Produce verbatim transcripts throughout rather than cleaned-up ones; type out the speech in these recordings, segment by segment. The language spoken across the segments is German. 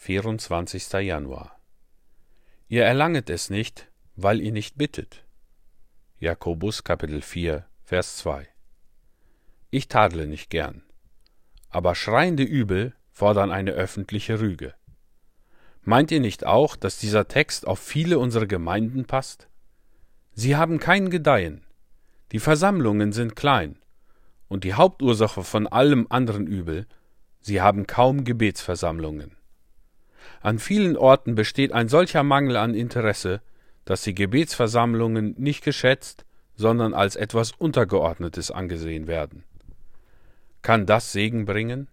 vierundzwanzigster Januar. Ihr erlanget es nicht, weil ihr nicht bittet. Jakobus Kapitel vier, Vers zwei. Ich tadle nicht gern, aber schreiende Übel fordern eine öffentliche Rüge. Meint ihr nicht auch, dass dieser Text auf viele unserer Gemeinden passt? Sie haben kein Gedeihen, die Versammlungen sind klein, und die Hauptursache von allem anderen Übel, sie haben kaum Gebetsversammlungen. An vielen Orten besteht ein solcher Mangel an Interesse, dass die Gebetsversammlungen nicht geschätzt, sondern als etwas Untergeordnetes angesehen werden. Kann das Segen bringen?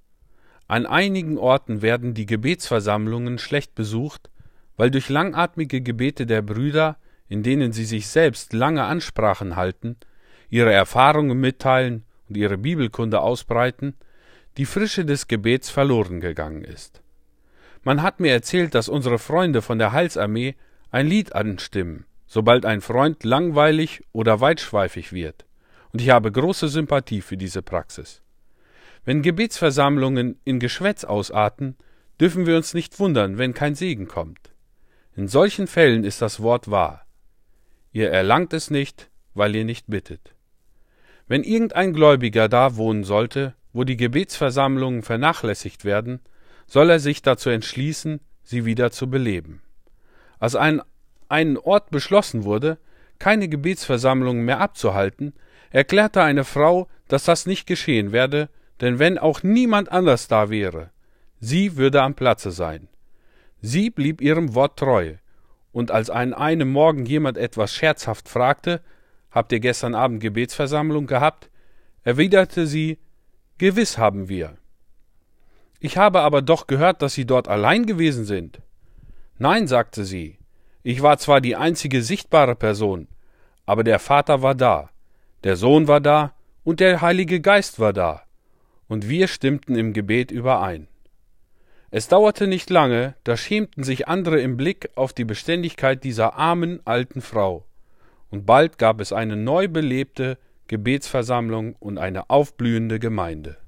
An einigen Orten werden die Gebetsversammlungen schlecht besucht, weil durch langatmige Gebete der Brüder, in denen sie sich selbst lange Ansprachen halten, ihre Erfahrungen mitteilen und ihre Bibelkunde ausbreiten, die Frische des Gebets verloren gegangen ist. Man hat mir erzählt, dass unsere Freunde von der Heilsarmee ein Lied anstimmen, sobald ein Freund langweilig oder weitschweifig wird, und ich habe große Sympathie für diese Praxis. Wenn Gebetsversammlungen in Geschwätz ausarten, dürfen wir uns nicht wundern, wenn kein Segen kommt. In solchen Fällen ist das Wort wahr. Ihr erlangt es nicht, weil ihr nicht bittet. Wenn irgendein Gläubiger da wohnen sollte, wo die Gebetsversammlungen vernachlässigt werden, soll er sich dazu entschließen, sie wieder zu beleben. Als an einen Ort beschlossen wurde, keine Gebetsversammlungen mehr abzuhalten, erklärte eine Frau, dass das nicht geschehen werde, denn wenn auch niemand anders da wäre, sie würde am Platze sein. Sie blieb ihrem Wort treu, und als an einem Morgen jemand etwas scherzhaft fragte, »Habt ihr gestern Abend Gebetsversammlung gehabt?«, erwiderte sie, »Gewiss haben wir.« »Ich habe aber doch gehört, dass Sie dort allein gewesen sind.« »Nein«, sagte sie, »ich war zwar die einzige sichtbare Person, aber der Vater war da, der Sohn war da und der Heilige Geist war da, und wir stimmten im Gebet überein.« Es dauerte nicht lange, da schämten sich andere im Blick auf die Beständigkeit dieser armen, alten Frau, und bald gab es eine neu belebte Gebetsversammlung und eine aufblühende Gemeinde.